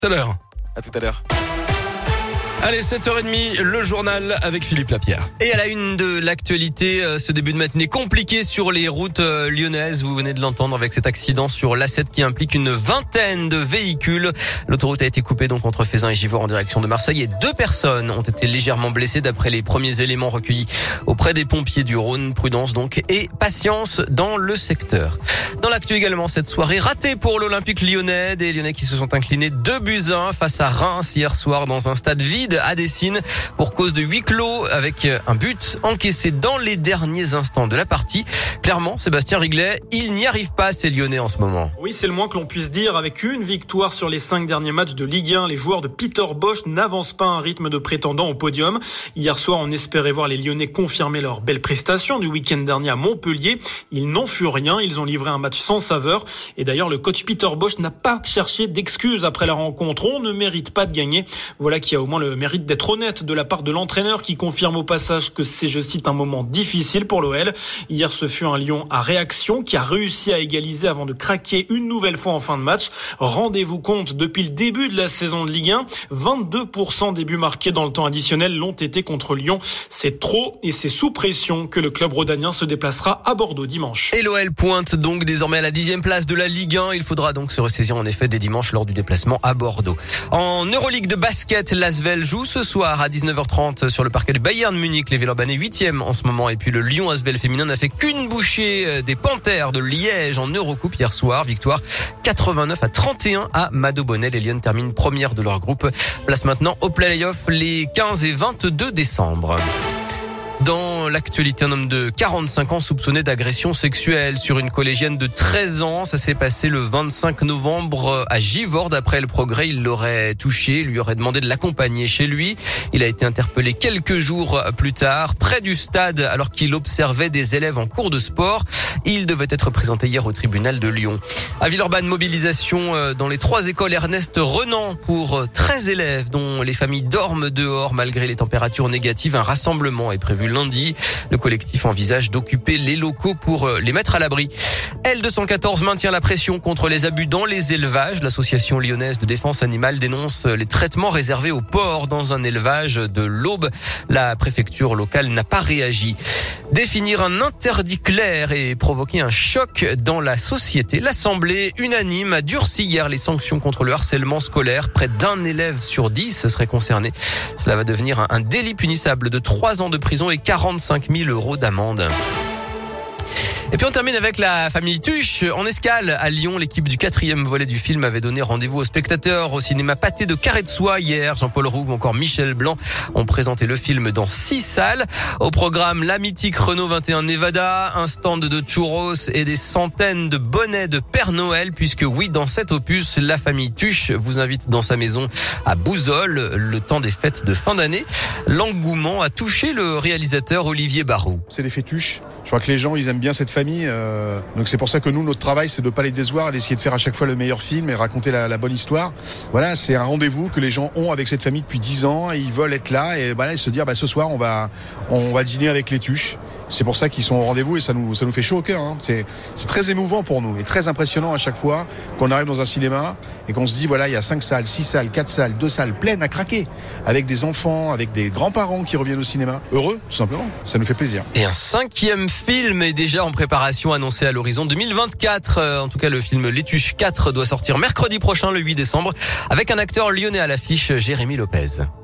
Tout à l'heure. À tout à l'heure. Allez, 7h30, le journal avec Philippe Lapierre. Et à la une de l'actualité, ce début de matinée compliqué sur les routes lyonnaises. Vous venez de l'entendre avec cet accident sur l'A7 qui implique une vingtaine de véhicules. L'autoroute a été coupée donc entre Feyzin et Givors en direction de Marseille et 2 personnes ont été légèrement blessées d'après les premiers éléments recueillis auprès des pompiers du Rhône. Prudence donc et patience dans le secteur. Dans l'actu également, cette soirée ratée pour l'Olympique lyonnais. Des Lyonnais qui se sont inclinés 2-1 face à Reims hier soir dans un stade vide à Dessines pour cause de huis clos avec un but encaissé dans les derniers instants de la partie. Clairement, Sébastien Riglet, il n'y arrive pas ces Lyonnais en ce moment. Oui, c'est le moins que l'on puisse dire. Avec une victoire sur les 5 derniers matchs de Ligue 1, les joueurs de Peter Bosz n'avancent pas à un rythme de prétendant au podium. Hier soir, on espérait voir les Lyonnais confirmer leur belle prestation du week-end dernier à Montpellier. Ils n'en furent rien. Ils ont livré un match sans saveur. Et d'ailleurs, le coach Peter Bosz n'a pas cherché d'excuses après la rencontre. On ne mérite pas de gagner. Voilà qui a au moins le mérite d'être honnête de la part de l'entraîneur qui confirme au passage que c'est, je cite, un moment difficile pour l'OL. Hier, ce fut un Lyon à réaction qui a réussi à égaliser avant de craquer une nouvelle fois en fin de match. Rendez-vous compte, depuis le début de la saison de Ligue 1, 22% des buts marqués dans le temps additionnel l'ont été contre Lyon. C'est trop et c'est sous pression que le club rhodanien se déplacera à Bordeaux dimanche. Et l'OL pointe donc désormais à la 10e place de la Ligue 1. Il faudra donc se ressaisir en effet dès dimanche lors du déplacement à Bordeaux. En Euroleague de basket, l'Asvel joue ce soir à 19h30 sur le parquet du Bayern Munich. Les Villeurbanais 8e en ce moment. Et puis le Lyon Asvel féminin n'a fait qu'une bouchée des Panthères de Liège en Eurocoupe hier soir. Victoire 89-31 à Madobonnet. Les Lyonnes terminent première de leur groupe. Place maintenant au play-off les 15 et 22 décembre. Dans l'actualité, un homme de 45 ans soupçonné d'agression sexuelle sur une collégienne de 13 ans. Ça s'est passé le 25 novembre à Givors. D'après Le Progrès, il l'aurait touché, lui aurait demandé de l'accompagner chez lui. Il a été interpellé quelques jours plus tard, près du stade, alors qu'il observait des élèves en cours de sport. Il devait être présenté hier au tribunal de Lyon. À Villeurbanne, mobilisation dans les 3 écoles Ernest Renan pour 13 élèves dont les familles dorment dehors malgré les températures négatives. Un rassemblement est prévu lundi. Le collectif envisage d'occuper les locaux pour les mettre à l'abri. L214 maintient la pression contre les abus dans les élevages. L'association lyonnaise de défense animale dénonce les traitements réservés aux porcs dans un élevage de l'Aube. La préfecture locale n'a pas réagi. Définir un interdit clair et provoquer un choc dans la société. L'Assemblée unanime a durci hier les sanctions contre le harcèlement scolaire. Près d'un élève sur 10 serait concerné. Cela va devenir un délit punissable de 3 ans de prison et 45 000 € d'amende. Et puis on termine avec la famille Tuche. En escale à Lyon, l'équipe du 4e volet du film avait donné rendez-vous aux spectateurs au cinéma Pâté de Carré de Soie hier. Jean-Paul Rouve ou encore Michel Blanc ont présenté le film dans 6 salles. Au programme, la mythique Renault 21 Nevada, un stand de churros et des centaines de bonnets de Père Noël, puisque oui, dans cet opus, la famille Tuche vous invite dans sa maison à Bouzols, le temps des fêtes de fin d'année. L'engouement a touché le réalisateur Olivier Barou. C'est l'effet Tuche. Je crois que les gens, ils aiment bien cette famille. Donc c'est pour ça que nous, notre travail, c'est de pas les décevoir et d'essayer de faire à chaque fois le meilleur film et raconter la bonne histoire. Voilà, c'est un rendez-vous que les gens ont avec cette famille depuis 10 ans et ils veulent être là et voilà, et se dire ce soir on va dîner avec les Tuches. C'est pour ça qu'ils sont au rendez-vous et ça nous fait chaud au cœur. Hein. C'est très émouvant pour nous et très impressionnant à chaque fois qu'on arrive dans un cinéma et qu'on se dit voilà, il y a 5 salles, 6 salles, 4 salles, 2 salles pleines à craquer avec des enfants, avec des grands-parents qui reviennent au cinéma. Heureux, tout simplement. Ça nous fait plaisir. Et un 5e film est déjà en préparation annoncé à l'horizon 2024. En tout cas, le film Les Tuches 4 doit sortir mercredi prochain, le 8 décembre, avec un acteur lyonnais à l'affiche, Jérémy Lopez.